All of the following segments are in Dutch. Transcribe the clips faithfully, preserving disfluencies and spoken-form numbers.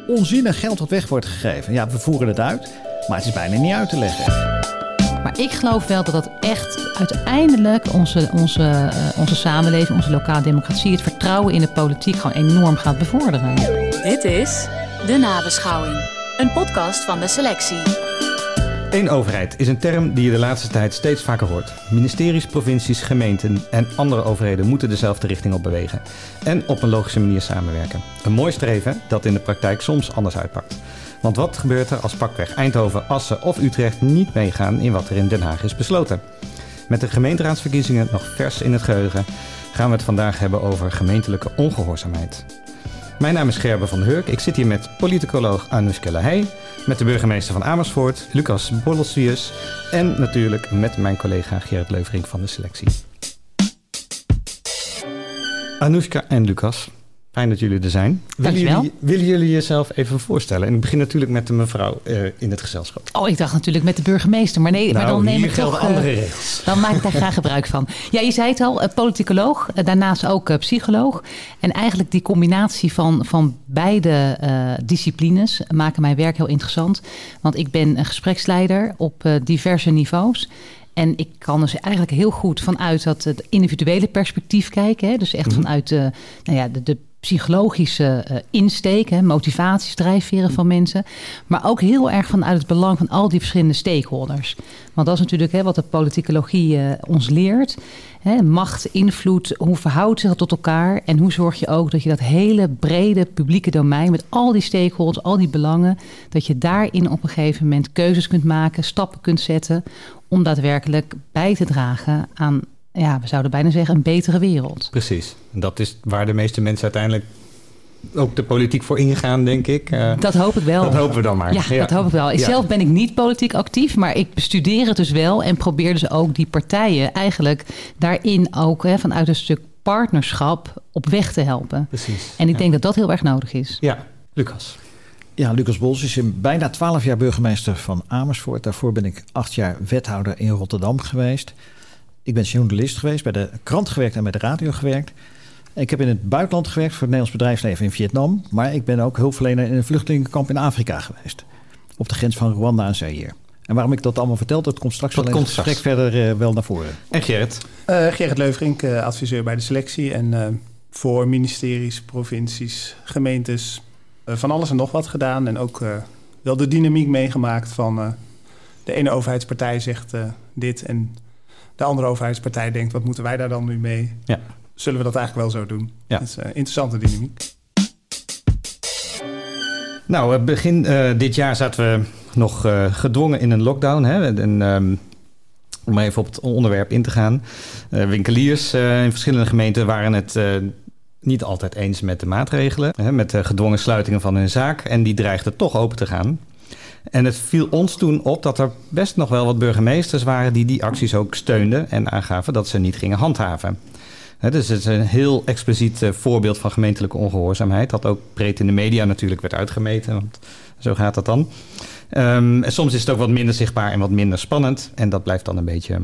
onzinnig geld wat weg wordt gegeven. Ja, we voeren het uit, maar het is bijna niet uit te leggen. Maar ik geloof wel dat dat echt uiteindelijk onze, onze, uh, onze samenleving, onze lokale democratie, het vertrouwen in de politiek gewoon enorm gaat bevorderen. Dit is De Nabeschouwing, een podcast van De Selectie. Eén overheid is een term die je de laatste tijd steeds vaker hoort. Ministeries, provincies, gemeenten en andere overheden moeten dezelfde richting op bewegen. En op een logische manier samenwerken. Een mooi streven dat in de praktijk soms anders uitpakt. Want wat gebeurt er als pakweg Eindhoven, Assen of Utrecht niet meegaan in wat er in Den Haag is besloten? Met de gemeenteraadsverkiezingen nog vers in het geheugen gaan we het vandaag hebben over gemeentelijke ongehoorzaamheid. Mijn naam is Gerben van der Hurk. Ik zit hier met politicoloog Anoushka Lahey, met de burgemeester van Amersfoort, Lucas Bolsius, en natuurlijk met mijn collega Gerrit Leuverink van de Selectie. Anoushka en Lucas, fijn dat jullie er zijn. Willen jullie, willen jullie jezelf even voorstellen? En ik begin natuurlijk met de mevrouw uh, in het gezelschap. Oh, ik dacht natuurlijk met de burgemeester. Maar nee, nou, maar dan neem ik gelden toch andere uh, regels. Dan maak ik daar graag gebruik van. Ja, je zei het al, uh, politicoloog, uh, daarnaast ook uh, psycholoog. En eigenlijk die combinatie van, van beide uh, disciplines maken mijn werk heel interessant. Want ik ben een gespreksleider op uh, diverse niveaus. En ik kan dus eigenlijk heel goed vanuit dat het individuele perspectief kijken. Hè? Dus echt mm-hmm. vanuit uh, nou ja, de, de psychologische uh, insteek, hè, motivaties, drijfveren van mensen. Maar ook heel erg vanuit het belang van al die verschillende stakeholders. Want dat is natuurlijk hè, wat de politicologie uh, ons leert. Hè, macht, invloed, hoe verhoudt zich dat tot elkaar? En hoe zorg je ook dat je dat hele brede publieke domein met al die stakeholders, al die belangen, dat je daarin op een gegeven moment keuzes kunt maken, stappen kunt zetten om daadwerkelijk bij te dragen aan, ja, we zouden bijna zeggen, een betere wereld. Precies. En dat is waar de meeste mensen uiteindelijk ook de politiek voor ingaan, denk ik. Uh, dat hoop ik wel. Dat hopen we dan maar. Ja, ja. dat hoop ik wel. Ja. Zelf ben ik niet politiek actief, maar ik bestudeer het dus wel en probeer dus ook die partijen eigenlijk daarin ook hè, vanuit een stuk partnerschap op weg te helpen. Precies. En ik ja. denk dat dat heel erg nodig is. Ja, Lucas. Ja, Lucas Bolsius is bijna twaalf jaar burgemeester van Amersfoort. Daarvoor ben ik acht jaar wethouder in Rotterdam geweest. Ik ben journalist geweest, bij de krant gewerkt en bij de radio gewerkt. Ik heb in het buitenland gewerkt voor het Nederlands bedrijfsleven in Vietnam. Maar ik ben ook hulpverlener in een vluchtelingenkamp in Afrika geweest. Op de grens van Rwanda en Zaïre. En waarom ik dat allemaal vertel, dat komt straks dat wel in het gesprek verder uh, wel naar voren. En Gerrit? Uh, Gerrit Leuverink, uh, adviseur bij de Selectie. En uh, voor ministeries, provincies, gemeentes, uh, van alles en nog wat gedaan. En ook uh, wel de dynamiek meegemaakt van uh, de ene overheidspartij zegt uh, dit en de andere overheidspartij denkt, wat moeten wij daar dan nu mee? Ja. Zullen we dat eigenlijk wel zo doen? Ja. Dat is een uh, interessante dynamiek. Nou, begin uh, dit jaar zaten we nog uh, gedwongen in een lockdown. Hè? En, um, om even op het onderwerp in te gaan. Uh, winkeliers uh, in verschillende gemeenten waren het uh, niet altijd eens met de maatregelen. Hè? Met de gedwongen sluitingen van hun zaak. En die dreigden toch open te gaan. En het viel ons toen op dat er best nog wel wat burgemeesters waren die die acties ook steunden en aangaven dat ze niet gingen handhaven. He, dus het is een heel expliciet uh, voorbeeld van gemeentelijke ongehoorzaamheid, dat ook breed in de media natuurlijk werd uitgemeten, want zo gaat dat dan. Um, en soms is het ook wat minder zichtbaar en wat minder spannend en dat blijft dan een beetje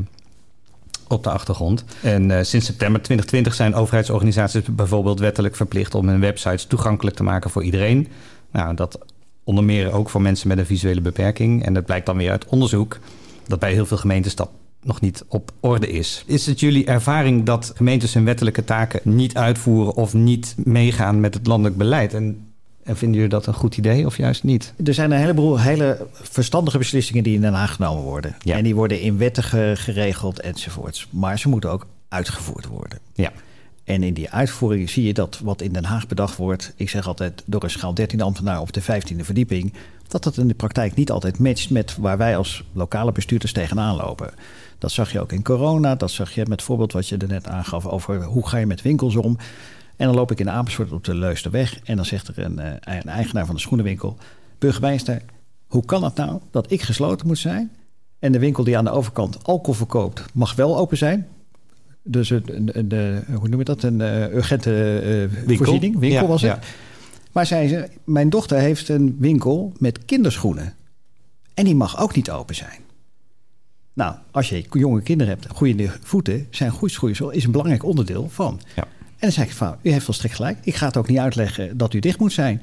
op de achtergrond. En uh, sinds september twintig twintig zijn overheidsorganisaties bijvoorbeeld wettelijk verplicht om hun websites toegankelijk te maken voor iedereen. Nou, dat onder meer ook voor mensen met een visuele beperking. En dat blijkt dan weer uit onderzoek dat bij heel veel gemeentes dat nog niet op orde is. Is het jullie ervaring dat gemeentes hun wettelijke taken niet uitvoeren of niet meegaan met het landelijk beleid? En, en vinden jullie dat een goed idee of juist niet? Er zijn een heleboel hele verstandige beslissingen die in Den Haag genomen worden. Ja. En die worden in wetten geregeld enzovoorts. Maar ze moeten ook uitgevoerd worden. Ja. En in die uitvoering zie je dat wat in Den Haag bedacht wordt, ik zeg altijd door een schaal dertien ambtenaren op de vijftiende verdieping, dat dat in de praktijk niet altijd matcht met waar wij als lokale bestuurders tegenaan lopen. Dat zag je ook in corona, dat zag je met het voorbeeld wat je er net aangaf over hoe ga je met winkels om. En dan loop ik in Amersfoort op de Leusderweg en dan zegt er een, een eigenaar van de schoenenwinkel, burgemeester, hoe kan het nou dat ik gesloten moet zijn en de winkel die aan de overkant alcohol verkoopt mag wel open zijn? Dus de, de, de, hoe noem je dat? Een uh, urgente uh, winkel. voorziening. Winkel ja, was het. Ja. Maar zei ze, mijn dochter heeft een winkel met kinderschoenen. En die mag ook niet open zijn. Nou, als je jonge kinderen hebt, groeiende voeten, zijn groeischoeisel is een belangrijk onderdeel van. Ja. En dan zei ik van, u heeft volstrekt gelijk. Ik ga het ook niet uitleggen dat u dicht moet zijn.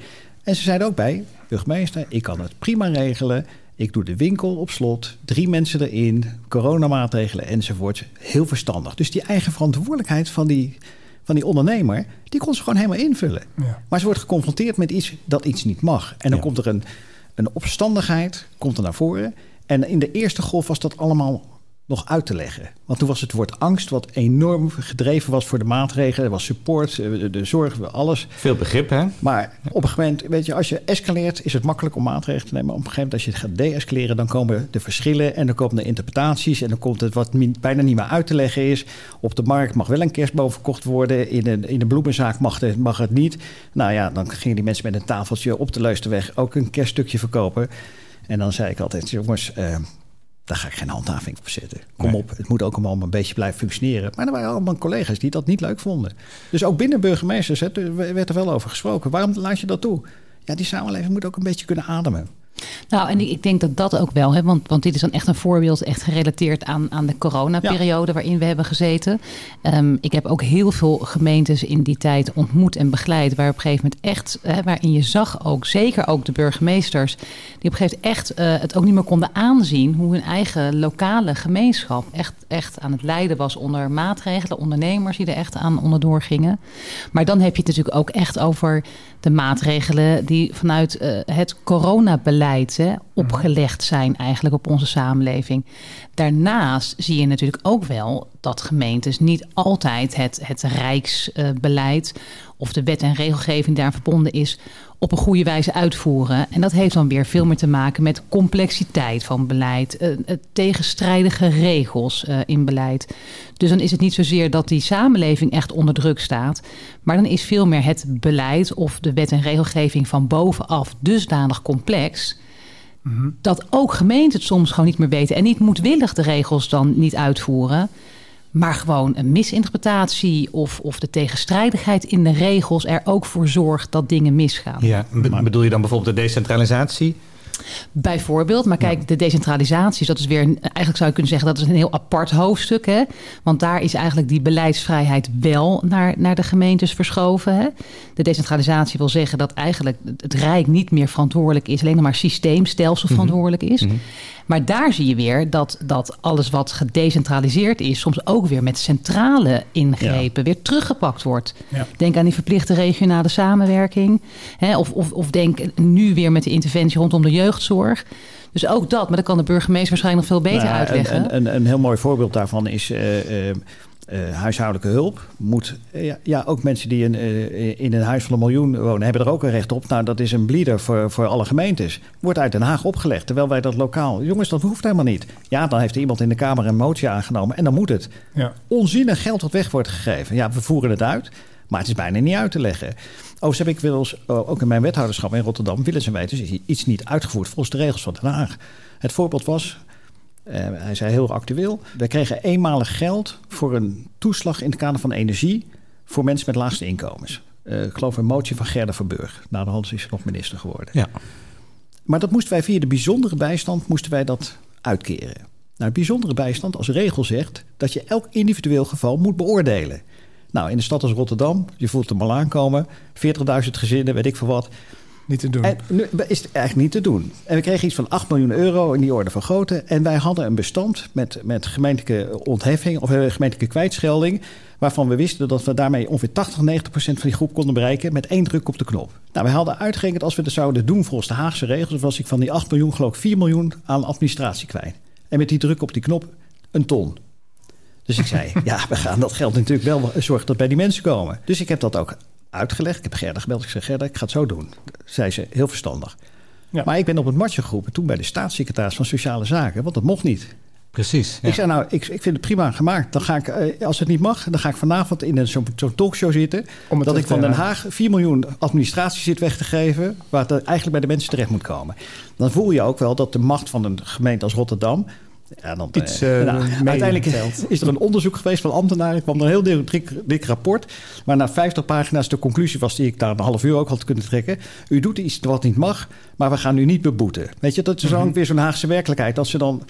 En ze zeiden ook bij, burgemeester, ik kan het prima regelen. Ik doe de winkel op slot, drie mensen erin, coronamaatregelen enzovoort. Heel verstandig. Dus die eigen verantwoordelijkheid van die, van die ondernemer, die kon ze gewoon helemaal invullen. Ja. Maar ze wordt geconfronteerd met iets dat iets niet mag. En dan ja. komt er een, een opstandigheid, komt er naar voren. En in de eerste golf was dat allemaal nog uit te leggen. Want toen was het woord angst wat enorm gedreven was voor de maatregelen. Er was support, de, de zorg, alles. Veel begrip, hè? Maar op een gegeven moment, weet je, als je escaleert, is het makkelijk om maatregelen te nemen. Maar op een gegeven moment, als je het gaat deescaleren, dan komen de verschillen en dan komen de interpretaties en dan komt het wat min, bijna niet meer uit te leggen is. Op de markt mag wel een kerstboom verkocht worden. In een, in een bloemenzaak mag het, mag het niet. Nou ja, dan gingen die mensen met een tafeltje op de Leusterweg ook een kerststukje verkopen. En dan zei ik altijd, jongens, Uh, daar ga ik geen handhaving op zetten. Kom nee. op, het moet ook allemaal een beetje blijven functioneren. Maar er waren allemaal collega's die dat niet leuk vonden. Dus ook binnen burgemeesters hè, werd er wel over gesproken. Waarom laat je dat toe? Ja, die samenleving moet ook een beetje kunnen ademen. Nou, en ik denk dat dat ook wel, hè, want, want dit is dan echt een voorbeeld, echt gerelateerd aan, aan de coronaperiode ja. waarin we hebben gezeten. Um, ik heb ook heel veel gemeentes in die tijd ontmoet en begeleid, waar op een gegeven moment echt, hè, waarin je zag ook, zeker ook de burgemeesters, die op een gegeven moment echt uh, het ook niet meer konden aanzien hoe hun eigen lokale gemeenschap echt, echt aan het lijden was onder maatregelen, ondernemers die er echt aan onderdoor gingen. Maar dan heb je het natuurlijk ook echt over de maatregelen die vanuit uh, het coronabeleid hè, opgelegd zijn eigenlijk op onze samenleving. Daarnaast zie je natuurlijk ook wel dat gemeentes niet altijd het, het rijksbeleid uh, of de wet en regelgeving die daar verbonden is op een goede wijze uitvoeren. En dat heeft dan weer veel meer te maken met complexiteit van beleid, uh, tegenstrijdige regels uh, in beleid. Dus dan is het niet zozeer dat die samenleving echt onder druk staat, maar dan is veel meer het beleid of de wet en regelgeving van bovenaf dusdanig complex mm-hmm. dat ook gemeenten het soms gewoon niet meer weten en niet moedwillig de regels dan niet uitvoeren, maar gewoon een misinterpretatie of, of de tegenstrijdigheid in de regels er ook voor zorgt dat dingen misgaan. Ja, bedoel je dan bijvoorbeeld de decentralisatie? Bijvoorbeeld, maar kijk, ja. de decentralisatie, dat is weer, eigenlijk zou je kunnen zeggen, dat is een heel apart hoofdstuk. Hè? Want daar is eigenlijk die beleidsvrijheid wel naar, naar de gemeentes verschoven. Hè? De decentralisatie wil zeggen dat eigenlijk het Rijk niet meer verantwoordelijk is, alleen nog maar systeemstelsel verantwoordelijk is. Mm-hmm. Maar daar zie je weer dat, dat alles wat gedecentraliseerd is, soms ook weer met centrale ingrepen ja. weer teruggepakt wordt. Ja. Denk aan die verplichte regionale samenwerking. Hè? Of, of, of denk nu weer met de interventie rondom de jeugdzorg. Dus ook dat, maar dat kan de burgemeester waarschijnlijk nog veel beter nou, uitleggen. Een, een, een heel mooi voorbeeld daarvan is Uh, uh, Uh, huishoudelijke hulp. Moet, uh, ja, ja, ook mensen die in, uh, in een huis van een miljoen wonen, hebben er ook een recht op. Nou, dat is een bleeder voor, voor alle gemeentes. Wordt uit Den Haag opgelegd, terwijl wij dat lokaal. Jongens, dat hoeft helemaal niet. Ja, dan heeft er iemand in de Kamer een motie aangenomen en dan moet het. Ja. Onzinnig geld wat weg wordt gegeven. Ja, we voeren het uit, maar het is bijna niet uit te leggen. Overigens heb ik wel eens, uh, ook in mijn wethouderschap in Rotterdam, willens en wetens, is iets niet uitgevoerd volgens de regels van Den Haag. Het voorbeeld was, Uh, hij zei heel actueel. We kregen eenmalig geld voor een toeslag in het kader van energie voor mensen met laagste inkomens. Uh, ik geloof een motie van Gerda Verburg. Na de hand is ze nog minister geworden. Ja. Maar dat moesten wij via de bijzondere bijstand moesten wij dat uitkeren. Nou, bijzondere bijstand als regel zegt dat je elk individueel geval moet beoordelen. Nou, in de stad als Rotterdam, je voelt hem al aankomen, veertigduizend gezinnen, weet ik veel wat. Niet te doen. En nu is het eigenlijk niet te doen. En we kregen iets van acht miljoen euro in die orde van grootte. En wij hadden een bestand met, met gemeentelijke ontheffing of gemeentelijke kwijtschelding, waarvan we wisten dat we daarmee ongeveer tachtig, negentig procent van die groep konden bereiken met één druk op de knop. Nou, wij hadden uitgerekend als we dat zouden doen volgens de Haagse regels, was ik van die acht miljoen geloof ik vier miljoen aan administratie kwijt. En met die druk op die knop een ton. Dus ik zei, ja, we gaan dat geld natuurlijk wel zorgen dat bij die mensen komen. Dus ik heb dat ook uitgelegd. Ik heb Gerda gebeld. Ik zei, Gerda, ik ga het zo doen. Zei ze, heel verstandig. Ja. Maar ik ben op het matje geroepen toen bij de staatssecretaris van Sociale Zaken, want dat mocht niet. Precies. Ja. Ik zei, nou, ik, ik vind het prima gemaakt. Dan ga ik, als het niet mag, dan ga ik vanavond in een, zo'n, zo'n talkshow zitten, om dat ik van Den Haag vier miljoen administratie zit weg te geven, waar het eigenlijk bij de mensen terecht moet komen. Dan voel je ook wel dat de macht van een gemeente als Rotterdam, ja, dan, Iets, uh, nou, uiteindelijk is er een onderzoek geweest van ambtenaren. Ik kwam er een heel dik, dik rapport. Maar na vijftig pagina's de conclusie was die ik daar een half uur ook had kunnen trekken. U doet iets wat niet mag, maar we gaan u niet beboeten. Weet je, dat is mm-hmm. ook weer zo'n Haagse werkelijkheid. Dat ze dan,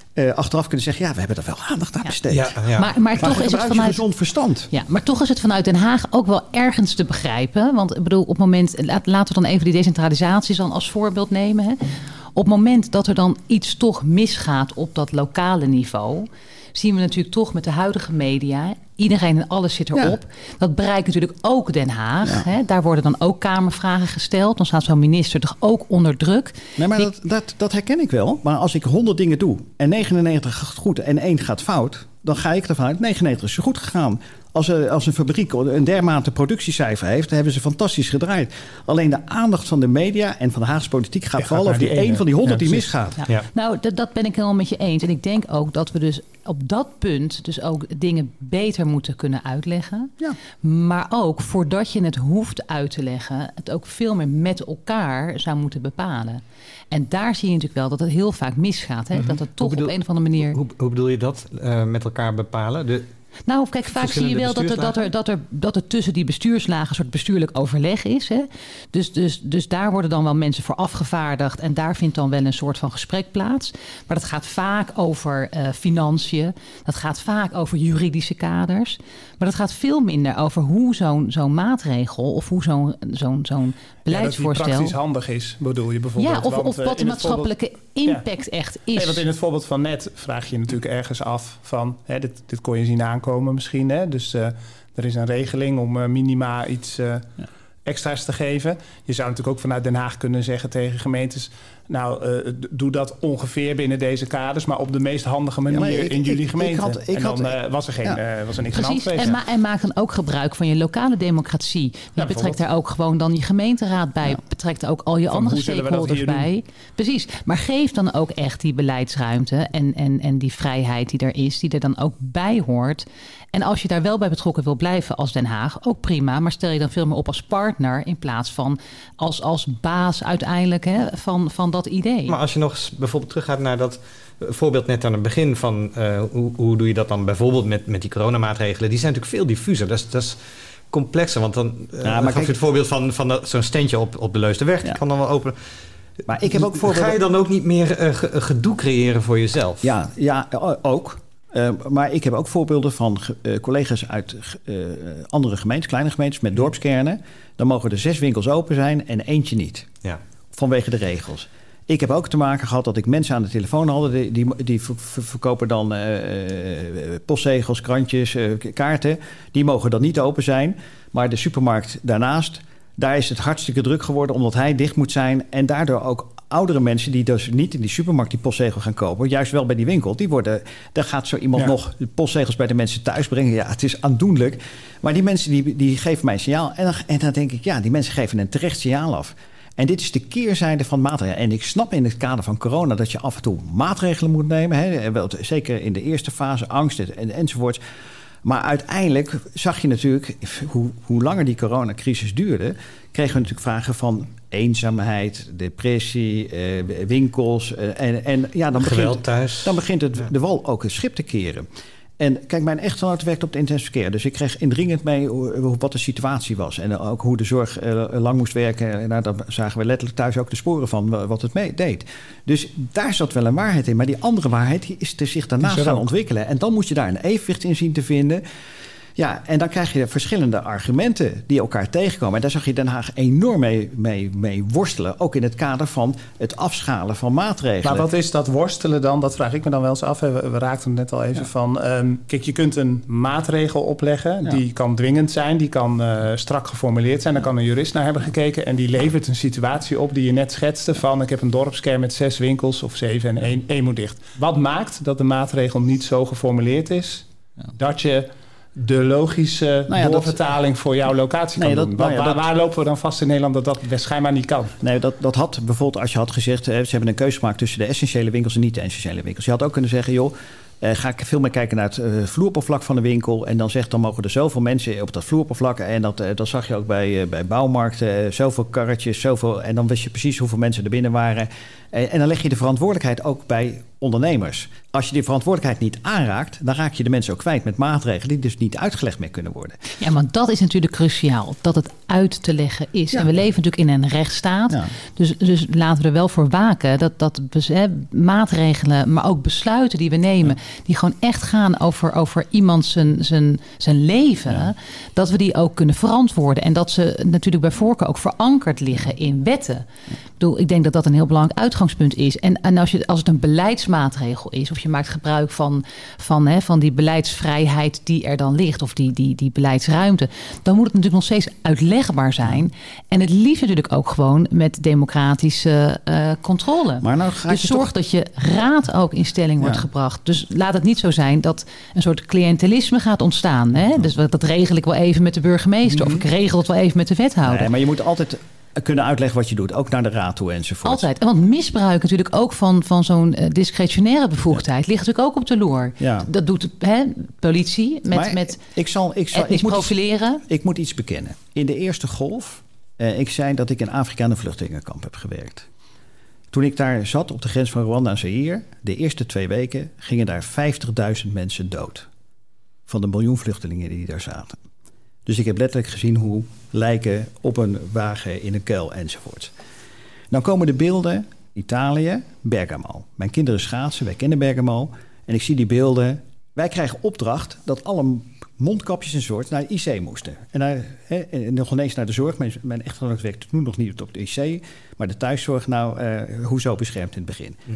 uh, achteraf kunnen zeggen, ja, we hebben er wel aandacht aan besteed. Ja, ja. Maar, maar, maar toch is het vanuit gezond verstand. Ja, maar toch is het vanuit Den Haag ook wel ergens te begrijpen. Want ik bedoel, op het moment, laten we dan even die decentralisatie dan als voorbeeld nemen. Hè. Op het moment dat er dan iets toch misgaat op dat lokale niveau, zien we natuurlijk toch met de huidige media, iedereen en alles zit erop. Ja. Dat bereikt natuurlijk ook Den Haag. Ja. Hè. Daar worden dan ook kamervragen gesteld. Dan staat zo'n minister toch ook onder druk. Nee, maar Die... dat, dat, dat herken ik wel. Maar als ik honderd dingen doe en negenennegentig gaat goed en één gaat fout, dan ga ik ervan uit, negenennegentig is goed gegaan. Als, een, als een fabriek een dermate productiecijfer heeft, dan hebben ze fantastisch gedraaid. Alleen de aandacht van de media en van de Haagse politiek gaat vooral over die één van die honderd ja, die misgaat. Ja. Ja. Nou, dat, dat ben ik helemaal met je eens. En ik denk ook dat we dus op dat punt dus ook dingen beter moeten kunnen uitleggen. Ja. Maar ook voordat je het hoeft uit te leggen, het ook veel meer met elkaar zou moeten bepalen. En daar zie je natuurlijk wel dat het heel vaak misgaat. Hè? Mm-hmm. Dat het toch bedoel, op een of andere manier. Hoe, hoe bedoel je dat uh, met elkaar bepalen? De... Nou, kijk, vaak zie je wel dat er, dat, er, dat, er, dat er tussen die bestuurslagen een soort bestuurlijk overleg is. Hè? Dus, dus, dus daar worden dan wel mensen voor afgevaardigd en daar vindt dan wel een soort van gesprek plaats. Maar dat gaat vaak over uh, financiën, dat gaat vaak over juridische kaders. Maar dat gaat veel minder over hoe zo'n, zo'n maatregel of hoe zo'n, zo'n, zo'n beleidsvoorstel... Ja, dat die praktisch handig is, bedoel je bijvoorbeeld. Ja, of, want, of wat de maatschappelijke voorbeeld, impact ja. echt is. Nee, want in het voorbeeld van net vraag je natuurlijk ergens af van, hè, dit, dit kon je zien aankomen misschien. Hè? Dus uh, er is een regeling om uh, minima iets uh, ja. extra's te geven. Je zou natuurlijk ook vanuit Den Haag kunnen zeggen tegen gemeentes, nou, uh, doe dat ongeveer binnen deze kaders, maar op de meest handige manier ja, ik, in jullie ik, gemeente. Ik had, ik en dan uh, was er geen, ja. uh, was er niks aan Precies, en, ma- en maak dan ook gebruik van je lokale democratie. Je ja, betrekt daar ook gewoon dan je gemeenteraad bij, ja. betrekt ook al je van andere stakeholders bij. Doen? Precies, maar geef dan ook echt die beleidsruimte en, en, en die vrijheid die er is, die er dan ook bij hoort. En als je daar wel bij betrokken wil blijven als Den Haag, ook prima. Maar stel je dan veel meer op als partner in plaats van als, als baas uiteindelijk hè, van, van dat idee. Maar als je nog eens bijvoorbeeld teruggaat naar dat voorbeeld net aan het begin van uh, hoe, hoe doe je dat dan bijvoorbeeld met, met die coronamaatregelen. Die zijn natuurlijk veel diffuser. Dat is, dat is complexer. Want dan, uh, ja, maar dan gaf je het voorbeeld van, van dat, zo'n standje op, op de Leusdenweg. Ja. Die kan dan wel openen. Maar ik heb ook voorbeelden... Ga je dan ook niet meer uh, gedoe creëren voor jezelf? Ja, ja ook. Uh, maar ik heb ook voorbeelden van uh, collega's uit uh, andere gemeentes, kleine gemeentes met dorpskernen. Dan mogen er zes winkels open zijn en eentje niet. Ja. Vanwege de regels. Ik heb ook te maken gehad dat ik mensen aan de telefoon had. Die, die, die verkopen dan uh, postzegels, krantjes, uh, kaarten. Die mogen dan niet open zijn. Maar de supermarkt daarnaast, daar is het hartstikke druk geworden omdat hij dicht moet zijn. En daardoor ook oudere mensen die dus niet in die supermarkt die postzegel gaan kopen, juist wel bij die winkel, die worden, daar gaat zo iemand ja. nog de postzegels bij de mensen thuis brengen. Ja, het is aandoenlijk. Maar die mensen die, die geven mij een signaal. En dan, en dan denk ik, ja, die mensen geven een terecht signaal af. En dit is de keerzijde van maatregelen. En ik snap in het kader van corona dat je af en toe maatregelen moet nemen. Hè? Zeker in de eerste fase, angst en, enzovoorts. Maar uiteindelijk zag je natuurlijk, hoe, hoe langer die coronacrisis duurde, kregen we natuurlijk vragen van eenzaamheid, depressie, eh, winkels. Eh, en, en ja, dan begint, thuis. dan begint het, de wal ook een schip te keren. En kijk, mijn echtgenoot werkt op het intensief verkeer. Dus ik kreeg indringend mee hoe, wat de situatie was. En ook hoe de zorg uh, lang moest werken. Nou, daar zagen we letterlijk thuis ook de sporen van wat het mee deed. Dus daar zat wel een waarheid in. Maar die andere waarheid is er zich daarnaast gaan ontwikkelen. En dan moet je daar een evenwicht in zien te vinden. Ja, en dan krijg je verschillende argumenten die elkaar tegenkomen. En daar zag je Den Haag enorm mee, mee, mee worstelen. Ook in het kader van het afschalen van maatregelen. Maar wat is dat worstelen dan? Dat vraag ik me dan wel eens af. We, we raakten het net al even ja. van. Um, kijk, je kunt een maatregel opleggen. Ja. Die kan dwingend zijn. Die kan uh, strak geformuleerd zijn. Daar kan een jurist naar hebben gekeken. En die levert een situatie op die je net schetste. Van ik heb een dorpskern met zes winkels of zeven en één, één moet dicht. Wat maakt dat de maatregel niet zo geformuleerd is? Ja. Dat je de logische nou ja, doorvertaling dat, voor jouw locatie nee, kan doen. Dat, nou ja, waar, dat, waar lopen we dan vast in Nederland dat dat schijnvlaar niet kan? Nee, dat, dat had bijvoorbeeld als je had gezegd, ze hebben een keuze gemaakt tussen de essentiële winkels en niet de essentiële winkels. Je had ook kunnen zeggen, joh, eh, ga ik veel meer kijken naar het uh, vloeroppervlak van de winkel. En dan zegt, dan mogen er zoveel mensen op dat vloeroppervlak. En dat, uh, dat zag je ook bij, uh, bij bouwmarkten. Uh, zoveel karretjes, zoveel. En dan wist je precies hoeveel mensen er binnen waren. Uh, en dan leg je de verantwoordelijkheid ook bij ondernemers. Als je die verantwoordelijkheid niet aanraakt, dan raak je de mensen ook kwijt met maatregelen die dus niet uitgelegd meer kunnen worden. Ja, want dat is natuurlijk cruciaal, dat het uit te leggen is. Ja. En we leven natuurlijk in een rechtsstaat. Ja. Dus, dus laten we er wel voor waken dat, dat he, maatregelen, maar ook besluiten die we nemen, ja. die gewoon echt gaan over, over iemand zijn, zijn, zijn leven, ja. dat we die ook kunnen verantwoorden. En dat ze natuurlijk bij voorkeur ook verankerd liggen in wetten. Ik bedoel, ik denk dat dat een heel belangrijk uitgangspunt is. En, en als, je, als het een beleidsmaatregel is, of je maakt gebruik van, van, hè, van die beleidsvrijheid die er dan ligt, of die, die, die beleidsruimte, dan moet het natuurlijk nog steeds uitlegbaar zijn. En het liefst natuurlijk ook gewoon met democratische uh, controle. Maar nou ga dus zorg toch... dat je raad ook in stelling wordt ja. gebracht. Dus laat het niet zo zijn dat een soort cliëntelisme gaat ontstaan. Hè? Dus dat regel ik wel even met de burgemeester, mm-hmm. of ik regel het wel even met de wethouder. Nee, maar je moet altijd kunnen uitleggen wat je doet, ook naar de raad toe enzovoort. Altijd. Want misbruik natuurlijk ook van, van zo'n uh, discretionaire bevoegdheid ja. ligt natuurlijk ook op de loer. Ja. Dat doet hè, politie met, met ik zal, ik zal, etnisch ik profileren. Moet iets, ik moet iets bekennen. In de eerste golf, uh, ik zei dat ik in Afrika in een vluchtelingenkamp heb gewerkt. Toen ik daar zat op de grens van Rwanda en Zaïre, de eerste twee weken gingen daar vijftigduizend mensen dood. Van de miljoen vluchtelingen die daar zaten. Dus ik heb letterlijk gezien hoe lijken op een wagen in een kuil enzovoort. Dan komen de beelden, Italië, Bergamo. Mijn kinderen schaatsen, wij kennen Bergamo. En ik zie die beelden. Wij krijgen opdracht dat alle mondkapjes en soort naar de I C moesten. En, naar, hè, en nog ineens naar de zorg. Mijn, mijn echtgenoot werkte toen nog niet op de I C. Maar de thuiszorg, nou, uh, hoezo beschermd in het begin. Hm.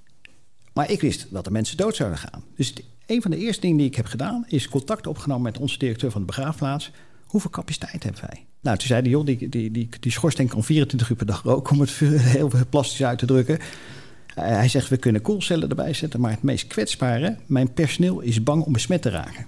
Maar ik wist dat de mensen dood zouden gaan. Dus een van de eerste dingen die ik heb gedaan is contact opgenomen met onze directeur van de begraafplaats. Hoeveel capaciteit hebben wij? Nou, toen zei hij, joh, die, die, die, die schoorsteen kan vierentwintig uur per dag roken, om het heel plastisch uit te drukken. Uh, hij zegt, we kunnen koelcellen erbij zetten, maar het meest kwetsbare, mijn personeel is bang om besmet te raken.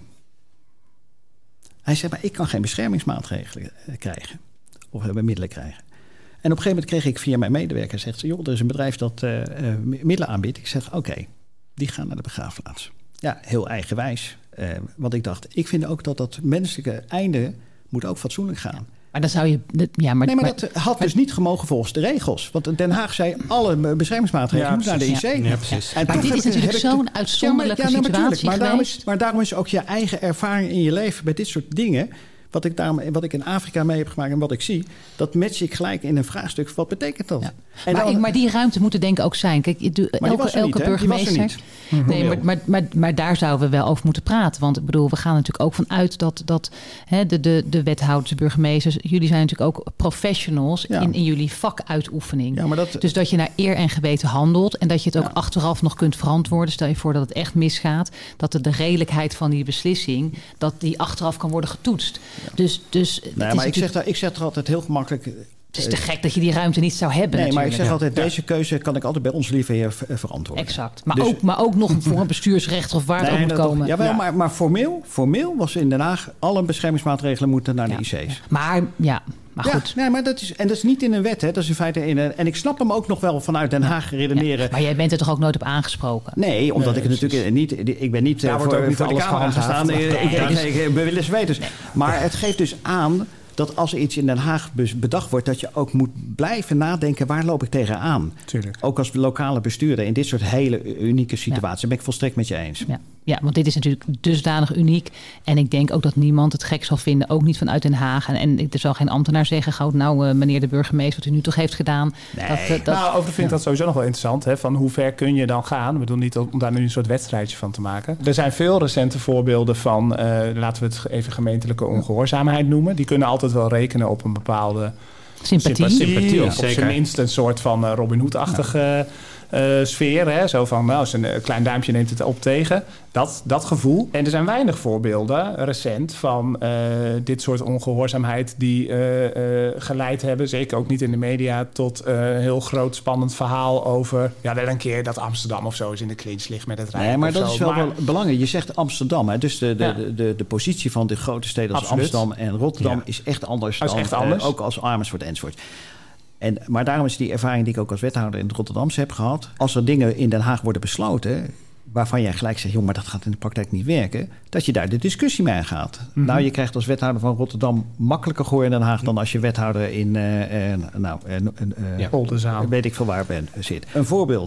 Hij zegt, maar ik kan geen beschermingsmaatregelen krijgen. Of uh, middelen krijgen. En op een gegeven moment kreeg ik via mijn medewerker, zegt ze, joh, er is een bedrijf dat uh, uh, middelen aanbiedt. Ik zeg, oké, okay, die gaan naar de begraafplaats. Ja, heel eigenwijs. Uh, want ik dacht, ik vind ook dat dat menselijke einde moet ook fatsoenlijk gaan. Maar dan zou je... Ja, maar, nee, maar, maar dat had maar, dus niet gemogen volgens de regels. Want Den Haag zei, alle beschermingsmaatregelen ja, moeten naar de I C. Ja, ja precies. En maar dit is natuurlijk zo'n de, uitzonderlijke ja, maar, ja, situatie maar daarom, is, maar daarom is ook je eigen ervaring in je leven bij dit soort dingen, Wat ik, daarom, wat ik in Afrika mee heb gemaakt en wat ik zie, dat match ik gelijk in een vraagstuk. Wat betekent dat? Ja. En maar, dan, ik, maar die ruimte moet er denk ik ook zijn. Kijk, elke, elke niet, burgemeester. Mm-hmm. Nee, maar, maar, maar, maar daar zouden we wel over moeten praten. Want ik bedoel, we gaan natuurlijk ook vanuit dat, dat hè, de, de, de wethouders, de burgemeesters, jullie zijn natuurlijk ook professionals ja. in, in jullie vakuitoefening. Ja, maar dat, dus dat je naar eer en geweten handelt en dat je het ook ja. achteraf nog kunt verantwoorden. Stel je voor dat het echt misgaat, dat de, de redelijkheid van die beslissing, dat die achteraf kan worden getoetst. Ja. Dus, dus nee, maar ik zeg, daar, ik zeg er altijd heel gemakkelijk. Het is te gek dat je die ruimte niet zou hebben. Nee, natuurlijk. maar ik zeg altijd, deze keuze kan ik altijd bij ons lieve heer verantwoorden. Exact. Maar, dus, ook, maar ook nog voor een bestuursrechter of waar het nee, ook moet komen. Jawel, ja. maar, maar formeel, formeel was in Den Haag alle beschermingsmaatregelen moeten naar de ja. I C's. Ja. Maar ja, maar goed. Ja, nee, maar dat is, en dat is niet in een wet, hè. Dat is in feite in een, en ik snap hem ook nog wel vanuit Den Haag redeneren. Ja. Maar jij bent er toch ook nooit op aangesproken? Nee, omdat nee, ik het natuurlijk niet, ik ben niet Daar voor, wordt ook niet voor de camera gestaan. Nee, ik, ik, ik, ik bewillens wetens. Nee. Maar het geeft dus aan dat als er iets in Den Haag bedacht wordt, dat je ook moet blijven nadenken, waar loop ik tegenaan? Tuurlijk. Ook als lokale bestuurder in dit soort hele unieke situaties. Ja. Ben ik volstrekt met je eens. Ja. ja, want dit is natuurlijk dusdanig uniek. En ik denk ook dat niemand het gek zal vinden, ook niet vanuit Den Haag. En, en er zal geen ambtenaar zeggen, gauw, nou uh, meneer de burgemeester, wat u nu toch heeft gedaan. Nee. Dat, uh, dat, nou, overigens vind ik ja. dat sowieso nog wel interessant. Hè, van hoe ver kun je dan gaan? Ik bedoel niet om daar nu een soort wedstrijdje van te maken. Er zijn veel recente voorbeelden van, uh, laten we het even gemeentelijke ongehoorzaamheid noemen. Die kunnen altijd wel rekenen op een bepaalde sympathie. sympathie ja, of op zijn minst een soort van uh, Robin Hood-achtige ja. uh, sfeer. Hè? Zo van, nou, als een uh, klein duimpje neemt het op tegen. Dat, dat gevoel. En er zijn weinig voorbeelden recent van uh, dit soort ongehoorzaamheid die uh, uh, geleid hebben, zeker ook niet in de media, tot uh, een heel groot spannend verhaal over, ja, wel een keer dat Amsterdam of zo eens in de clinch ligt met het Rijk. Nee, maar dat zo. is wel, maar, wel belangrijk. Je zegt Amsterdam, hè? Dus de, de, ja. de, de, de positie van de grote steden als Absoluut. Amsterdam en Rotterdam ja. is echt anders dan, echt anders. Uh, ook als Amersfoort enzovoort. En, maar daarom is die ervaring die ik ook als wethouder in het Rotterdamse heb gehad, als er dingen in Den Haag worden besloten waarvan jij gelijk zegt, joh, maar dat gaat in de praktijk niet werken, dat je daar de discussie mee aangaat. Mm-hmm. Nou, je krijgt als wethouder van Rotterdam makkelijker gehoor in Den Haag dan als je wethouder in, uh, uh, nou, uh, uh, ja, Oldenzaal. weet ik veel waar ben, zit. Een voorbeeld.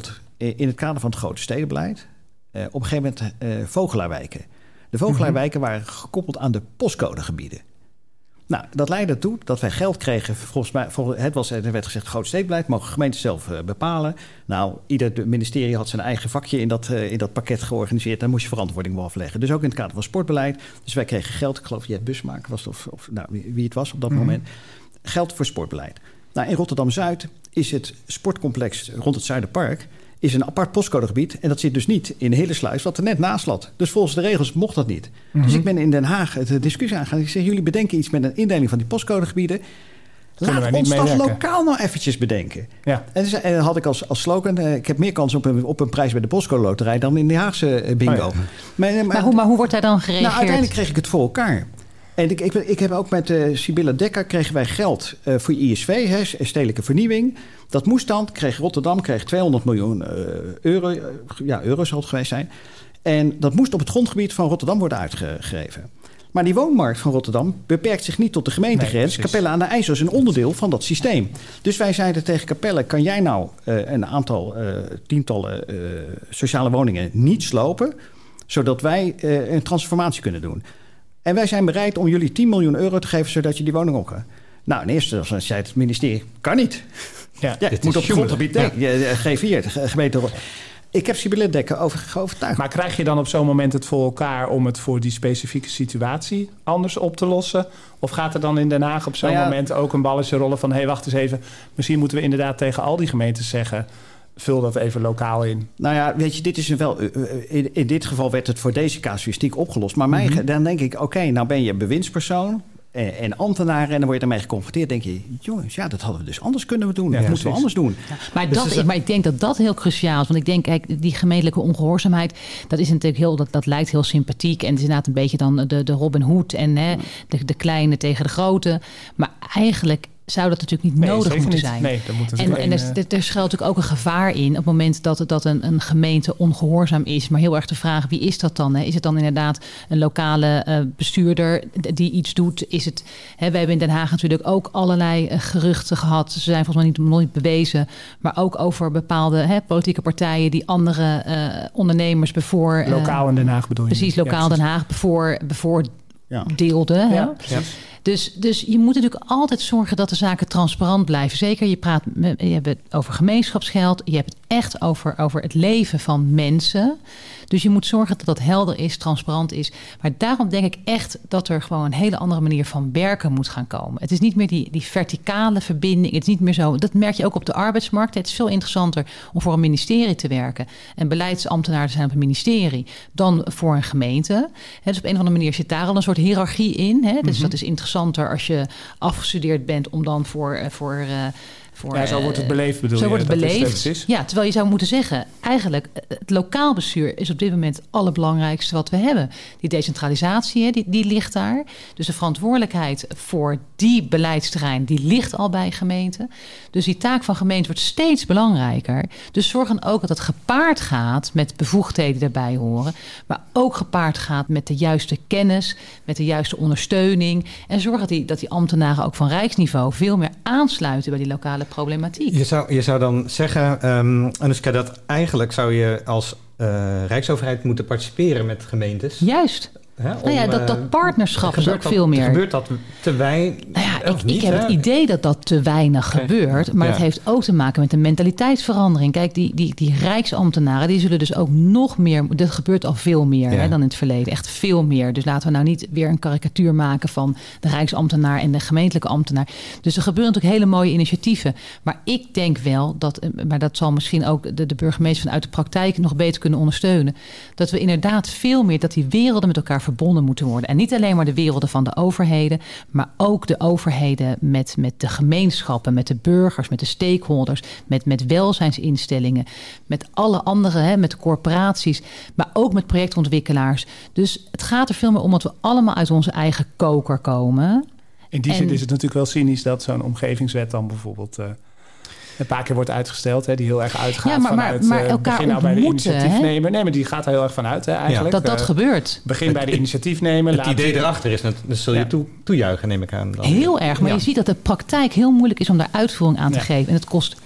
in het kader van het grote stedenbeleid uh, op een gegeven moment uh, vogelaarwijken. De vogelaarwijken mm-hmm. waren gekoppeld aan de postcodegebieden. Nou, dat leidde ertoe dat wij geld kregen. Volgens mij, volgens, het was, er werd gezegd, groot stedenbeleid mogen gemeenten zelf uh, bepalen. Nou, ieder ministerie had zijn eigen vakje in dat, uh, in dat pakket georganiseerd. Daar moest je verantwoording wel afleggen. Dus ook in het kader van sportbeleid. Dus wij kregen geld. Ik geloof, Jet Busmaker was het, of, of nou, wie, wie het was op dat mm-hmm. moment. Geld voor sportbeleid. Nou, in Rotterdam-Zuid is het sportcomplex rond het Zuiderpark is een apart postcodegebied. En dat zit dus niet in de hele sluis, wat er net naast lat. Dus volgens de regels mocht dat niet. Mm-hmm. Dus ik ben in Den Haag de discussie aangegaan. Ik zeg, jullie bedenken iets met een indeling van die postcodegebieden. Laat ons dat lokaal nou eventjes bedenken. Ja. En dan dus, had ik als, als slogan, uh, ik heb meer kans op een, op een prijs bij de postcode loterij dan in de Haagse uh, bingo. Oh ja. maar, maar, maar, hoe, maar hoe wordt daar dan gereageerd? Nou, uiteindelijk kreeg ik het voor elkaar. En ik, ik, ik heb ook met uh, Sibylla Dekker kregen wij geld uh, voor I S V, hè, stedelijke vernieuwing. Dat moest dan, kreeg Rotterdam kreeg tweehonderd miljoen uh, euro, uh, ja, euro zal het geweest zijn. En dat moest op het grondgebied van Rotterdam worden uitgegeven. Maar die woonmarkt van Rotterdam beperkt zich niet tot de gemeentegrens. Nee, Capelle aan de IJssel is een onderdeel van dat systeem. Dus wij zeiden tegen Capelle, kan jij nou uh, een aantal uh, tientallen uh, sociale woningen niet slopen, zodat wij uh, een transformatie kunnen doen. En wij zijn bereid om jullie tien miljoen euro te geven, zodat je die woning ook kan. Nou, in eerste instantie zei het ministerie, kan niet. Ja, ja, het moet op het grondgebied. Nee, ja. G vier, de gemeente. Ik heb Sibylle Dekker over overtuigd. Maar krijg je dan op zo'n moment het voor elkaar om het voor die specifieke situatie anders op te lossen? Of gaat er dan in Den Haag op zo'n nou ja, moment ook een balletje rollen van, hé, hey, wacht eens even. Misschien moeten we inderdaad tegen al die gemeentes zeggen, vul dat even lokaal in. Nou ja, weet je, dit is een wel. In, in dit geval werd het voor deze casuïstiek opgelost. Maar mij, mm-hmm. dan denk ik, oké, okay, nou ben je bewindspersoon en, en ambtenaren en dan word je ermee geconfronteerd. Denk je, jongens, ja, dat hadden we dus anders kunnen doen. Ja, dat ja, moeten we anders doen. Ja. Maar, dus dat, is, maar ik denk dat dat heel cruciaal is. Want ik denk, kijk, die gemeentelijke ongehoorzaamheid, dat is natuurlijk heel, dat, dat lijkt heel sympathiek. En het is inderdaad een beetje dan de, de Robin Hood en hè, de, de kleine tegen de grote. Maar eigenlijk zou dat natuurlijk niet nee, nodig moeten niet. zijn. Nee, dat moet en en er, er, er schuilt natuurlijk ook een gevaar in op het moment dat, dat een, een gemeente ongehoorzaam is. Maar heel erg de vraag, wie is dat dan? Hè? Is het dan inderdaad een lokale uh, bestuurder die iets doet? Is het, hè, we hebben in Den Haag natuurlijk ook allerlei uh, geruchten gehad. Ze zijn volgens mij niet, nooit bewezen. Maar ook over bepaalde hè, politieke partijen die andere uh, ondernemers bevoor... Uh, lokaal in Den Haag bedoel je? Precies, lokaal ja, precies. Den Haag bevoor, bevoor ja. deelden. Ja, hè? Dus, dus je moet natuurlijk altijd zorgen dat de zaken transparant blijven. Zeker, je praat je hebt het over gemeenschapsgeld. Je hebt het echt over, over het leven van mensen. Dus je moet zorgen dat dat helder is, transparant is. Maar daarom denk ik echt dat er gewoon een hele andere manier van werken moet gaan komen. Het is niet meer die, die verticale verbinding. Het is niet meer zo. Dat merk je ook op de arbeidsmarkt. Het is veel interessanter om voor een ministerie te werken en beleidsambtenaar te zijn op een ministerie dan voor een gemeente. Dus op een of andere manier zit daar al een soort hiërarchie in. Hè? Dus mm-hmm. dat is interessanter als je afgestudeerd bent om dan voor... voor uh, Voor, ja, zo wordt het beleefd, bedoel zo je? Zo wordt het dat beleefd. Is, dat is. Ja, terwijl je zou moeten zeggen, eigenlijk het lokaal bestuur is op dit moment het allerbelangrijkste wat we hebben. Die decentralisatie, die, die ligt daar. Dus de verantwoordelijkheid voor die beleidsterrein, die ligt al bij gemeenten. Dus die taak van gemeenten wordt steeds belangrijker. Dus zorg dan ook dat het gepaard gaat met bevoegdheden die daarbij horen. Maar ook gepaard gaat met de juiste kennis, met de juiste ondersteuning. En zorg dat die, dat die ambtenaren ook van rijksniveau veel meer aansluiten bij die lokale problematiek. Je zou, je zou dan zeggen, um, Anouska, dat eigenlijk zou je als uh, Rijksoverheid moeten participeren met gemeentes. Juist. Hè, om, nou ja, dat, dat partnerschap is ook dat, veel meer. Gebeurt dat te weinig? Nou ja, ik, niet, ik heb hè? het idee dat dat te weinig okay. gebeurt. Maar ja. het heeft ook te maken met een mentaliteitsverandering. Kijk, die, die, die rijksambtenaren, die zullen dus ook nog meer... Dat gebeurt al veel meer ja. hè, dan in het verleden. Echt veel meer. Dus laten we nou niet weer een karikatuur maken van de rijksambtenaar en de gemeentelijke ambtenaar. Dus er gebeuren natuurlijk hele mooie initiatieven. Maar ik denk wel dat, maar dat zal misschien ook de, de burgemeester vanuit de praktijk nog beter kunnen ondersteunen. Dat we inderdaad veel meer, dat die werelden met elkaar verbonden moeten worden. En niet alleen maar de werelden van de overheden, maar ook de overheden met, met de gemeenschappen, met de burgers, met de stakeholders, met, met welzijnsinstellingen, met alle andere, hè, met de corporaties, maar ook met projectontwikkelaars. Dus het gaat er veel meer om dat we allemaal uit onze eigen koker komen. In die en, zin is het natuurlijk wel cynisch dat zo'n omgevingswet dan bijvoorbeeld Uh... een paar keer wordt uitgesteld, hè, die heel erg uitgaat ja, maar, maar, vanuit... Maar elkaar begin nou bij de initiatiefnemer. Hè? Nee, maar die gaat er heel erg vanuit, hè, eigenlijk. Ja, dat dat uh, gebeurt. Begin bij de initiatiefnemer. Het idee je... erachter is, dat zul je ja. toe, toejuichen, neem ik aan. Dan. Heel erg, maar ja. je ziet dat de praktijk heel moeilijk is om daar uitvoering aan te ja. geven. En het kost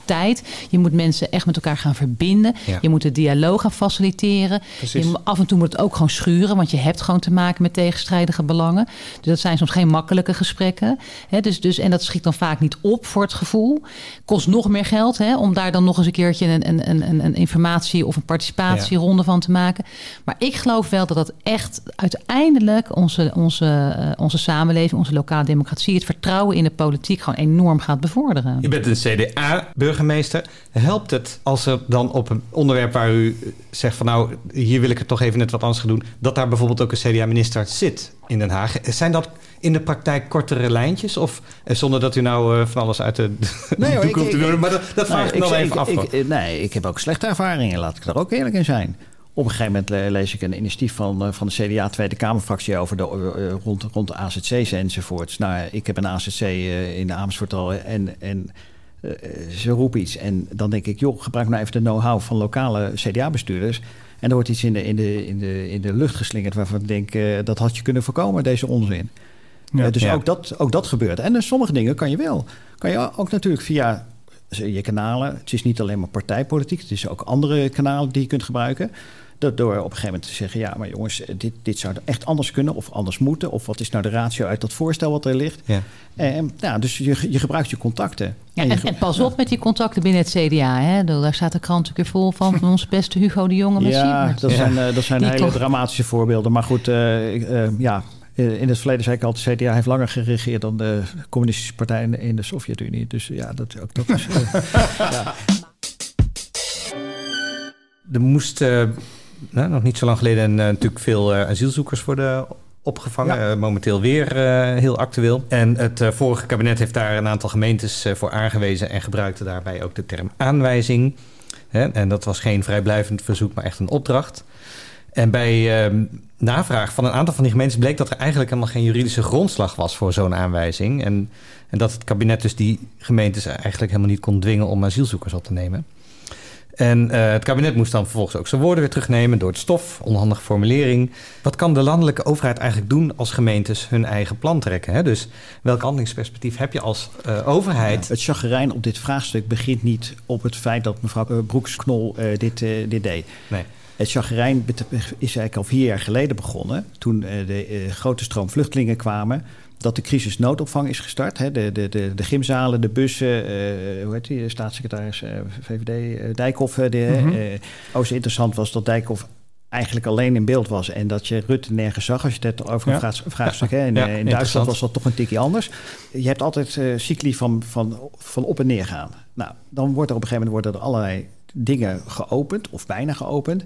tijd. Je moet mensen echt met elkaar gaan verbinden. Ja. Je moet de dialoog gaan faciliteren. Precies. Je, af en toe moet het ook gewoon schuren, want je hebt gewoon te maken met tegenstrijdige belangen. Dus dat zijn soms geen makkelijke gesprekken. He, dus, dus, en dat schiet dan vaak niet op voor het gevoel. Kost nog meer geld he, om daar dan nog eens een keertje een, een, een, een informatie of een participatieronde ja. van te maken. Maar ik geloof wel dat dat echt uiteindelijk onze, onze, uh, onze samenleving, onze lokale democratie, het vertrouwen in de politiek gewoon enorm gaat bevorderen. Je bent een C D A-burgemeester. Helpt het als er dan op een onderwerp waar u zegt van nou, hier wil ik het toch even net wat anders gaan doen, dat daar bijvoorbeeld ook een C D A-minister zit in Den Haag? Zijn dat in de praktijk kortere lijntjes? Of eh, zonder dat u nou uh, van alles uit de nee, hoor, doek hoeft te doen? Maar dat, dat vraag nee, ik nog ik, even ik, af. Ik, nee, ik heb ook slechte ervaringen. Laat ik daar ook eerlijk in zijn. Op een gegeven moment lees ik een initiatief van, van de C D A Tweede Kamerfractie over de, uh, rond, rond de A Z C's enzovoorts. Nou, ik heb een A Z C uh, in Amersfoort al en, en uh, ze roepen iets. En dan denk ik, joh, gebruik nou even de know-how van lokale C D A-bestuurders. En er wordt iets in de, in de, in de, in de lucht geslingerd waarvan ik denk, uh, dat had je kunnen voorkomen, deze onzin. Ja, uh, dus ja. ook, dat, ook dat gebeurt. En dus sommige dingen kan je wel. Kan je ook natuurlijk via je kanalen. Het is niet alleen maar partijpolitiek. Het is ook andere kanalen die je kunt gebruiken. Dat door op een gegeven moment te zeggen, ja, maar jongens, dit, dit zou echt anders kunnen of anders moeten. Of wat is nou de ratio uit dat voorstel wat er ligt? Ja. En, ja, dus je, je gebruikt je contacten. Ja, en, en, en pas op ja. met die contacten binnen het C D A. Hè? Daar staat de krant een keer vol van, van onze beste Hugo de Jonge met Ja, Siebert. dat zijn, uh, dat zijn hele toch... dramatische voorbeelden. Maar goed, uh, uh, ja... In het verleden zei ik altijd, C D A heeft langer geregeerd dan de communistische partij in de, in de Sovjet-Unie. Dus ja, dat, ook dat is... Uh, ja. Er moest uh, nou, nog niet zo lang geleden uh, natuurlijk veel uh, asielzoekers worden opgevangen. Ja. Uh, momenteel weer uh, heel actueel. En het uh, vorige kabinet heeft daar een aantal gemeentes uh, voor aangewezen en gebruikte daarbij ook de term aanwijzing. Hè? En dat was geen vrijblijvend verzoek, maar echt een opdracht. En bij uh, navraag van een aantal van die gemeentes bleek dat er eigenlijk helemaal geen juridische grondslag was voor zo'n aanwijzing. En, en dat het kabinet dus die gemeentes eigenlijk helemaal niet kon dwingen om asielzoekers op te nemen. En uh, het kabinet moest dan vervolgens ook zijn woorden weer terugnemen door het stof, onhandige formulering. Wat kan de landelijke overheid eigenlijk doen als gemeentes hun eigen plan trekken? Hè? Dus welk handelingsperspectief heb je als uh, overheid? Ja, het chagrijn op dit vraagstuk begint niet op het feit dat mevrouw Broeksknol uh, dit, uh, dit deed. Nee. Het chagrijn is eigenlijk al vier jaar geleden begonnen, toen uh, de uh, grote stroom vluchtelingen kwamen, dat de crisisnoodopvang is gestart. Hè? De, de, de, de gymzalen, de bussen, uh, hoe heet die, de staatssecretaris uh, V V D, uh, Dijkhoff. De, mm-hmm. uh, ook zo interessant was dat Dijkhoff eigenlijk alleen in beeld was en dat je Rutte nergens zag als je het over een ja. vraagstuk. Hè? In, ja, in Duitsland was dat toch een tikje anders. Je hebt altijd uh, cycli van, van, van op en neer gaan. Nou, dan wordt er op een gegeven moment worden er allerlei dingen geopend of bijna geopend.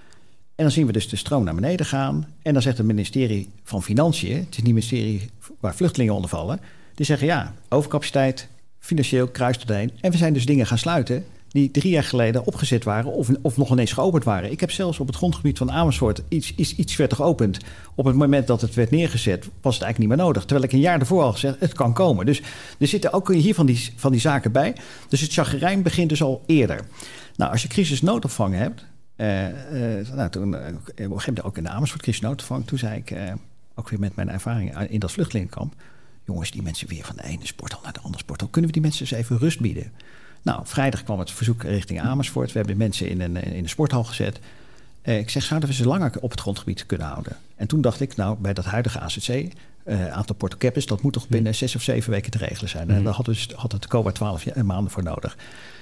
En dan zien we dus de stroom naar beneden gaan. En dan zegt het ministerie van Financiën, het is niet het ministerie waar vluchtelingen onder vallen, die zeggen ja, overcapaciteit, financieel kruist het heen. En we zijn dus dingen gaan sluiten die drie jaar geleden opgezet waren of, of nog ineens geopend waren. Ik heb zelfs op het grondgebied van Amersfoort iets, iets, iets werd geopend. Op het moment dat het werd neergezet was het eigenlijk niet meer nodig. Terwijl ik een jaar ervoor al gezegd, het kan komen. Dus er zitten ook hier van die, van die zaken bij. Dus het chagrijn begint dus al eerder. Nou, als je crisisnoodopvang hebt, Uh, uh, nou, toen uh, op een gegeven moment ook in de Amersfoort crisisnoodopvang, toen zei ik, uh, ook weer met mijn ervaring in dat vluchtelingenkamp, jongens, die mensen weer van de ene sporthal naar de andere sporthal, kunnen we die mensen eens even rust bieden? Nou, vrijdag kwam het verzoek richting Amersfoort. We hebben mensen in een, in een sporthal gezet. Uh, ik zeg, zouden we ze langer op het grondgebied kunnen houden? En toen dacht ik, nou, bij dat huidige A Z C, uh, aantal portocappers, dat moet toch binnen zes of zeven weken te regelen zijn. Mm-hmm. En daar had, dus, had het COA twaalf maanden voor nodig.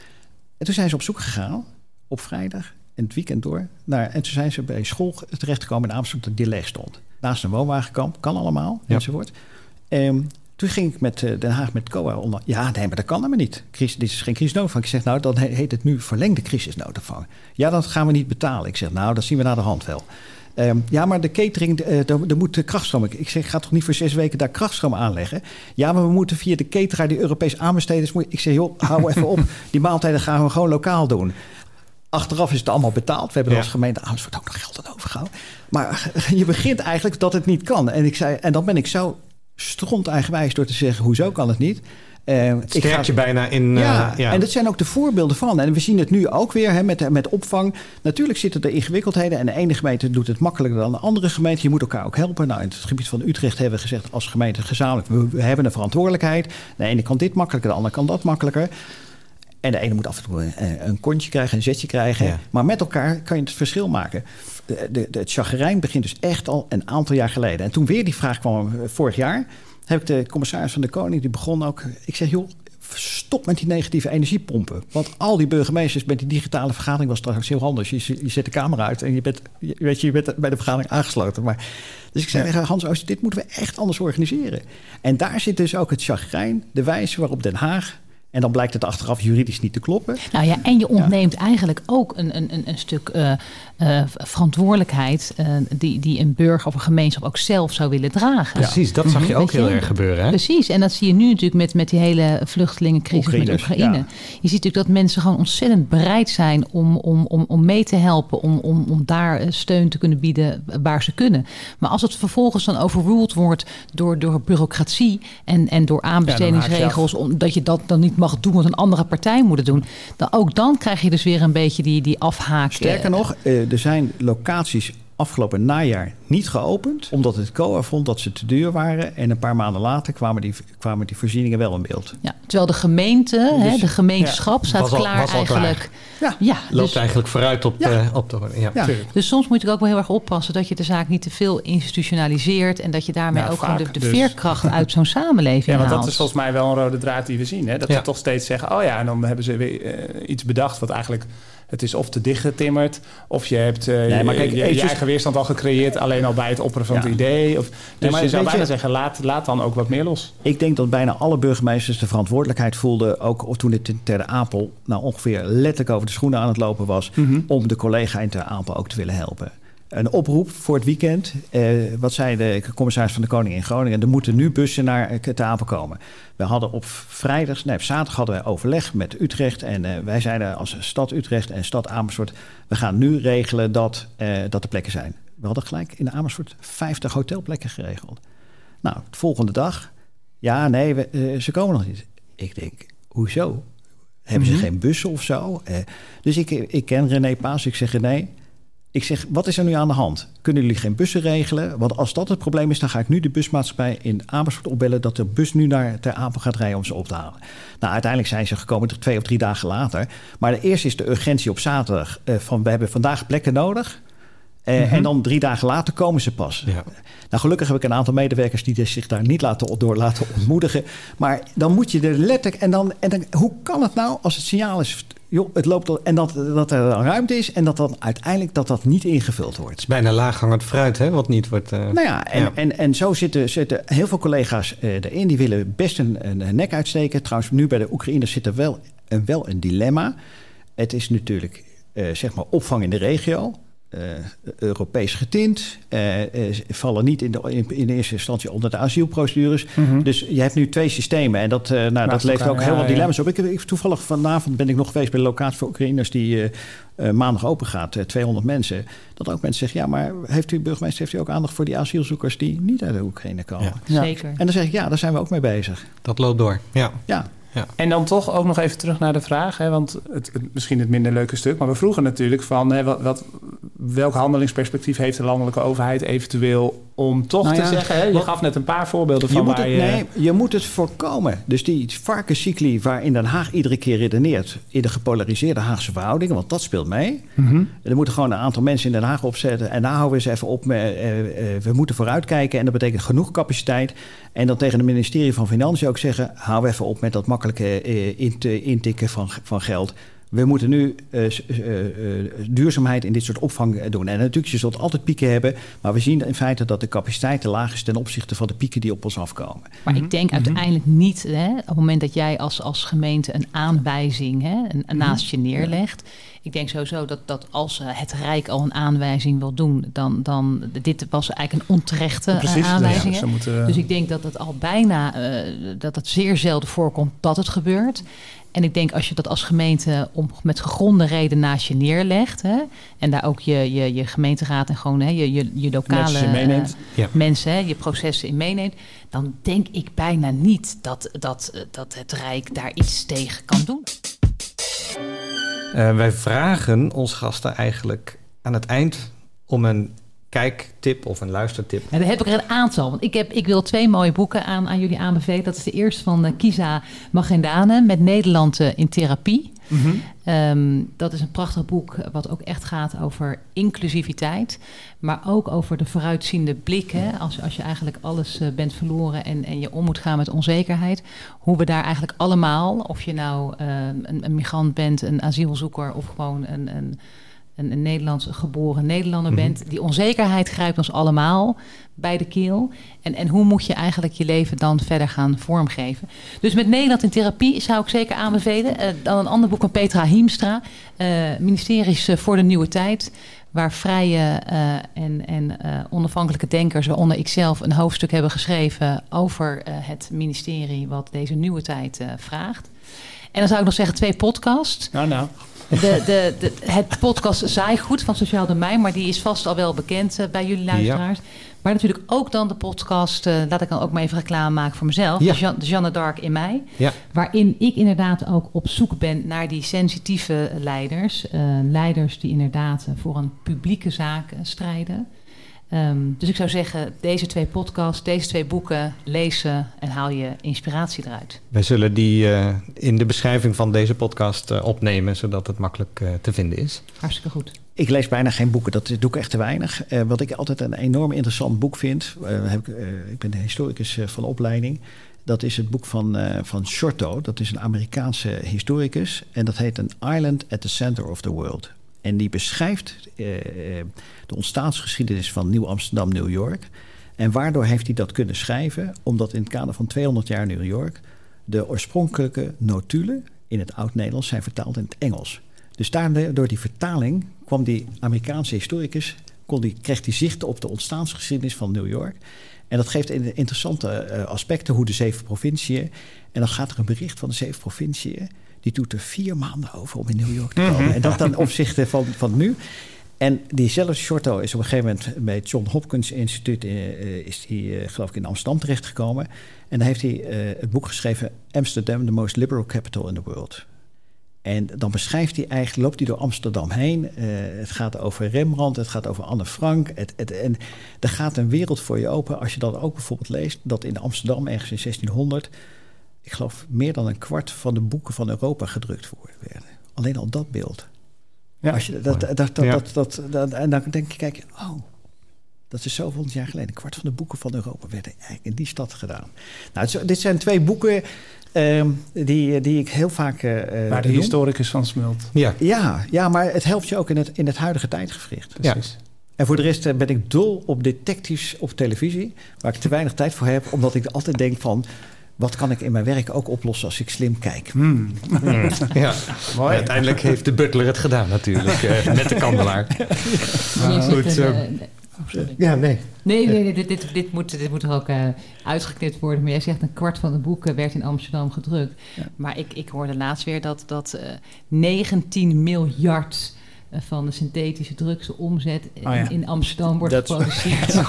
En toen zijn ze op zoek gegaan, op vrijdag, en het weekend door. Nou, en toen zijn ze bij school terechtgekomen in Amsterdam die leeg stond. Naast een woonwagenkamp, kan allemaal, ja. enzovoort. Um, toen ging ik met uh, Den Haag met C O A onder. Ja, nee, maar dat kan helemaal niet. Crisis, dit is geen crisisnoodopvang. Ik zeg, nou, dan heet het nu verlengde crisisnoodopvang. Ja, dat gaan we niet betalen. Ik zeg, nou, dat zien we naar de hand wel. Um, ja, maar de catering, uh, er moet de krachtstroom. Ik zeg, ik ga toch niet voor zes weken daar krachtstroom aanleggen? Ja, maar we moeten via de cateraar die Europees aanbesteden. Ik zeg, joh, hou even op. Die maaltijden gaan we gewoon lokaal doen. Achteraf is het allemaal betaald. We hebben ja. als gemeente Amersfoort ook nog geld aan overgehouden. Maar je begint eigenlijk dat het niet kan. En, ik zei, en dan ben ik zo stront-eigenwijs door te zeggen, hoezo kan het niet? Uh, het sterkt ga, je bijna in... Ja, uh, ja, en dat zijn ook de voorbeelden van. En we zien het nu ook weer hè, met, met opvang. Natuurlijk zitten er ingewikkeldheden. En de ene gemeente doet het makkelijker dan de andere gemeente. Je moet elkaar ook helpen. Nou, in het gebied van Utrecht hebben we gezegd als gemeente gezamenlijk, we, we hebben een verantwoordelijkheid. De ene kan dit makkelijker, de andere kan dat makkelijker. En de ene moet af en toe een, een kontje krijgen, een zetje krijgen. Ja. Maar met elkaar kan je het verschil maken. De, de, de, het chagrijn begint dus echt al een aantal jaar geleden. En toen weer die vraag kwam vorig jaar, heb ik de commissaris van de Koning, die begon ook. Ik zeg, joh, stop met die negatieve energiepompen. Want al die burgemeesters met die digitale vergadering was trouwens heel handig. Je, je zet de camera uit en je bent, je, weet je, je bent bij de vergadering aangesloten. Maar, dus ik zei tegen ja. Hans, dit moeten we echt anders organiseren. En daar zit dus ook het chagrijn, de wijze waarop Den Haag. En dan blijkt het achteraf juridisch niet te kloppen. Nou ja, en je ontneemt ja. eigenlijk ook een, een, een stuk uh, uh, verantwoordelijkheid uh, die, die een burger of een gemeenschap ook zelf zou willen dragen. Ja. Precies, dat zag je ook heel erg gebeuren. Hè? Precies, en dat zie je nu natuurlijk met, met die hele vluchtelingencrisis Oekraïne, met Oekraïne. Ja. Je ziet natuurlijk dat mensen gewoon ontzettend bereid zijn om, om, om, om mee te helpen, om, om, om daar steun te kunnen bieden waar ze kunnen. Maar als het vervolgens dan overruled wordt door, door bureaucratie en, en door aanbestedingsregels, ja, omdat je dat dan niet mag doen wat een andere partij moet doen, dan ook dan krijg je dus weer een beetje die, die afhaak. Sterker nog, er zijn locaties afgelopen najaar niet geopend, omdat het C O A vond dat ze te duur waren. En een paar maanden later kwamen die, kwamen die voorzieningen wel in beeld. Ja, terwijl de gemeente, dus, hè, de gemeenschap, ja, staat was al, klaar was al eigenlijk. Klaar. Ja, ja, loopt dus, eigenlijk vooruit op, ja. uh, op de ja, ja. Dus soms moet je ook wel heel erg oppassen dat je de zaak niet te veel institutionaliseert en dat je daarmee ja, ook gewoon de, de dus. veerkracht uit zo'n samenleving ja, want haalt. Dat is volgens mij wel een rode draad die we zien. Hè? Dat ja. ze toch steeds zeggen, oh ja, en dan hebben ze weer uh, iets bedacht wat eigenlijk. Het is of te dicht getimmerd, of je hebt uh, nee, maar kijk, je, je, je eigen weerstand al gecreëerd, alleen al bij het opperen van ja. het idee. Of, dus nee, maar je zou bijna je, zeggen, laat, laat dan ook wat meer los. Ik denk dat bijna alle burgemeesters de verantwoordelijkheid voelden, ook of toen het in Ter Apel nou ongeveer letterlijk over de schoenen aan het lopen was, mm-hmm. om de collega in Ter Apel ook te willen helpen. Een oproep voor het weekend. Eh, wat zei de commissaris van de Koning in Groningen? Er moeten nu bussen naar Ter Apel komen. We hadden op vrijdag, nee, op zaterdag hadden wij overleg met Utrecht. En uh, wij zeiden als stad Utrecht en stad Amersfoort, we gaan nu regelen dat, uh, dat er plekken zijn. We hadden gelijk in Amersfoort vijftig hotelplekken geregeld. Nou, de volgende dag, ja, nee, we, uh, ze komen nog niet. Ik denk, hoezo? Hebben mm-hmm. ze geen bussen of zo? Uh, dus ik, ik ken René Paas, ik zeg René, ik zeg, wat is er nu aan de hand? Kunnen jullie geen bussen regelen? Want als dat het probleem is, dan ga ik nu de busmaatschappij in Amersfoort opbellen dat de bus nu naar Ter Apel gaat rijden om ze op te halen. Nou, uiteindelijk zijn ze gekomen twee of drie dagen later. Maar de eerste is de urgentie op zaterdag uh, van we hebben vandaag plekken nodig. Uh, mm-hmm. En dan drie dagen later komen ze pas. Ja. Nou, gelukkig heb ik een aantal medewerkers die zich daar niet laten, door laten ontmoedigen. Maar dan moet je er letterlijk. En dan, en dan, hoe kan het nou als het signaal is, joh, het loopt al, en dat, dat er dan ruimte is en dat dan uiteindelijk dat dat niet ingevuld wordt. Het is bijna laaghangend fruit, hè, wat niet wordt. Uh, nou ja, en, ja. en, en zo zitten, zitten heel veel collega's uh, erin. Die willen best een, een nek uitsteken. Trouwens, nu bij de Oekraïners zit er wel een, wel een dilemma. Het is natuurlijk uh, zeg maar opvang in de regio. Uh, Europees getint, uh, uh, vallen niet in de, in, in de eerste instantie onder de asielprocedures. Mm-hmm. Dus je hebt nu twee systemen en dat, uh, nou, dat levert ook ja, heel wat dilemma's ja. op. Ik, ik, toevallig vanavond ben ik nog geweest bij de locatie voor Oekraïners die uh, uh, maandag open gaat, uh, tweehonderd mensen. Dat ook mensen zeggen, ja, maar heeft u, burgemeester, heeft u ook aandacht voor die asielzoekers die niet uit de Oekraïne komen? Ja. Ja. Zeker. En dan zeg ik, ja, daar zijn we ook mee bezig. Dat loopt door, ja. Ja. Ja. En dan toch ook nog even terug naar de vraag, hè, want het, het, misschien het minder leuke stuk, maar we vroegen natuurlijk van hè, wat, wat, welk handelingsperspectief heeft de landelijke overheid eventueel om toch nou ja, te zeggen, hè, je wat, gaf net een paar voorbeelden van je moet waar het, je... Nee, je moet het voorkomen. Dus die varkenscycli waarin Den Haag iedere keer redeneert in de gepolariseerde Haagse verhoudingen, want dat speelt mee. Mm-hmm. Er moeten gewoon een aantal mensen in Den Haag opzetten en daar houden we eens even op. Uh, uh, uh, we moeten vooruitkijken en dat betekent genoeg capaciteit. En dan tegen het ministerie van Financiën ook zeggen, hou even op met dat makkelijke uh, int- intikken van, van geld. We moeten nu uh, uh, uh, duurzaamheid in dit soort opvang doen. En natuurlijk, je zult altijd pieken hebben. Maar we zien in feite dat de capaciteit te laag is ten opzichte van de pieken die op ons afkomen. Maar mm-hmm. ik denk mm-hmm. uiteindelijk niet, hè, op het moment dat jij als, als gemeente een aanwijzing hè, een, een naast je neerlegt. Ja. Ik denk sowieso dat, dat als het Rijk al een aanwijzing wil doen, dan, dan dit was eigenlijk een onterechte Precies, aanwijzing. Ja, moeten... Dus ik denk dat het al bijna, uh, dat het zeer zelden voorkomt dat het gebeurt. En ik denk als je dat als gemeente om, met gegronde reden naast je neerlegt, hè, en daar ook je, je, je gemeenteraad en gewoon hè, je, je, je lokale uh, ja. mensen, hè, je processen in meeneemt, dan denk ik bijna niet dat, dat, dat het Rijk daar iets tegen kan doen. Uh, wij vragen onze gasten eigenlijk aan het eind om een kijktip of een luistertip. En dan heb ik er een aantal. Want ik, heb, ik wil twee mooie boeken aan, aan jullie aanbevelen. Dat is de eerste van uh, Kisa Magendane met Nederland uh, in therapie. Mm-hmm. Um, dat is een prachtig boek wat ook echt gaat over inclusiviteit. Maar ook over de vooruitziende blik. Hè? Als, als je eigenlijk alles uh, bent verloren en, en je om moet gaan met onzekerheid. Hoe we daar eigenlijk allemaal, of je nou uh, een, een migrant bent, een asielzoeker of gewoon een... een Een, een Nederlands geboren Nederlander bent. Mm-hmm. Die onzekerheid grijpt ons allemaal bij de keel. En, en hoe moet je eigenlijk je leven dan verder gaan vormgeven? Dus met Nederland in therapie zou ik zeker aanbevelen. Uh, dan een ander boek van Petra Hiemstra. Uh, Ministeries voor de Nieuwe Tijd. Waar vrije uh, en, en uh, onafhankelijke denkers, waaronder ikzelf, een hoofdstuk hebben geschreven over uh, het ministerie wat deze nieuwe tijd uh, vraagt. En dan zou ik nog zeggen twee podcasts. Nou, nou. De, de, de, het podcast Zaaigoed van Sociaal Domein, maar die is vast al wel bekend uh, bij jullie luisteraars. Ja. Maar natuurlijk ook dan de podcast, uh, laat ik dan ook maar even reclame maken voor mezelf. Ja. De, Jean, de Jeanne d'Arc in mij. Ja. Waarin ik inderdaad ook op zoek ben naar die sensitieve leiders. Uh, leiders die inderdaad uh, voor een publieke zaak uh, strijden. Um, dus ik zou zeggen, deze twee podcasts, deze twee boeken, lezen en haal je inspiratie eruit. Wij zullen die uh, in de beschrijving van deze podcast uh, opnemen, zodat het makkelijk uh, te vinden is. Hartstikke goed. Ik lees bijna geen boeken, dat doe ik echt te weinig. Uh, wat ik altijd een enorm interessant boek vind, uh, heb ik, uh, ik ben de historicus uh, van opleiding. Dat is het boek van, uh, van Shorto, dat is een Amerikaanse historicus. En dat heet An Island at the Center of the World. En die beschrijft uh, de ontstaansgeschiedenis van Nieuw-Amsterdam, New York. En waardoor heeft hij dat kunnen schrijven? Omdat in het kader van tweehonderd jaar New York de oorspronkelijke notulen in het Oud-Nederlands zijn vertaald in het Engels. Dus daar, door die vertaling kwam die Amerikaanse historicus, kon die, kreeg hij zicht op de ontstaansgeschiedenis van New York. En dat geeft interessante uh, aspecten, hoe de zeven provinciën. En dan gaat er een bericht van de zeven provinciën. Die doet er vier maanden over om in New York te komen. Mm-hmm. En dat ten opzichte van, van nu. En diezelfde Shorto is op een gegeven moment bij het John Hopkins Instituut uh, is hij, uh, geloof ik, in Amsterdam terechtgekomen. En dan heeft hij uh, het boek geschreven Amsterdam, the most liberal capital in the world. En dan beschrijft hij eigenlijk, loopt hij door Amsterdam heen. Uh, het gaat over Rembrandt, het gaat over Anne Frank. Het, het, en er gaat een wereld voor je open. Als je dan ook bijvoorbeeld leest dat in Amsterdam ergens in zestienhonderd... ik geloof meer dan een kwart van de boeken van Europa gedrukt werden. Alleen al dat beeld. Ja. Als je, dat, dat, dat, ja. dat, dat, dat, en dan denk je, kijk, oh, dat is zoveel jaar geleden. Een kwart van de boeken van Europa werden eigenlijk in die stad gedaan. Nou, het, dit zijn twee boeken uh, die, die ik heel vaak uh, Waar de noem. historicus van smult. Ja. Ja, ja, maar het helpt je ook in het, in het huidige tijdgevricht. Precies. Ja. En voor de rest ben ik dol op detectives op televisie, waar ik te weinig tijd voor heb, omdat ik altijd denk van, wat kan ik in mijn werk ook oplossen als ik slim kijk? Hmm. Hmm. Ja. Mooi. Uiteindelijk heeft de butler het gedaan natuurlijk, uh, met de kandelaar. Ja, goed. Uh, oh, ja, nee. Nee, nee, nee dit, dit, dit, moet, dit moet er ook uh, uitgeknipt worden. Maar jij zegt een kwart van de boeken werd in Amsterdam gedrukt. Ja. Maar ik, ik hoorde laatst weer dat, dat uh, negentien miljard... van de synthetische drugs omzet oh ja. in, in Amsterdam wordt dat geproduceerd. Dus,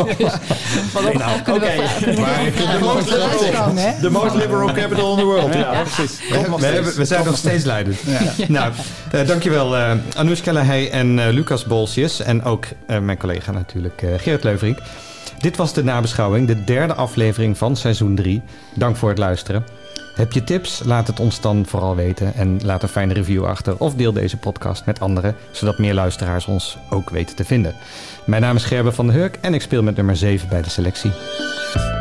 nee, nou, oké. Okay. The most liberal capital in the world. Ja, ja, precies. We, we, hebben, we zijn nog steeds leidend. Ja. Nou, uh, dankjewel uh, Anoushka Lahey en uh, Lucas Bolsius. En ook uh, mijn collega natuurlijk uh, Gerrit Leuverink. Dit was de nabeschouwing, de derde aflevering van seizoen drie. Dank voor het luisteren. Heb je tips? Laat het ons dan vooral weten en laat een fijne review achter of deel deze podcast met anderen, zodat meer luisteraars ons ook weten te vinden. Mijn naam is Gerben van der Hurk en ik speel met nummer zeven bij de selectie.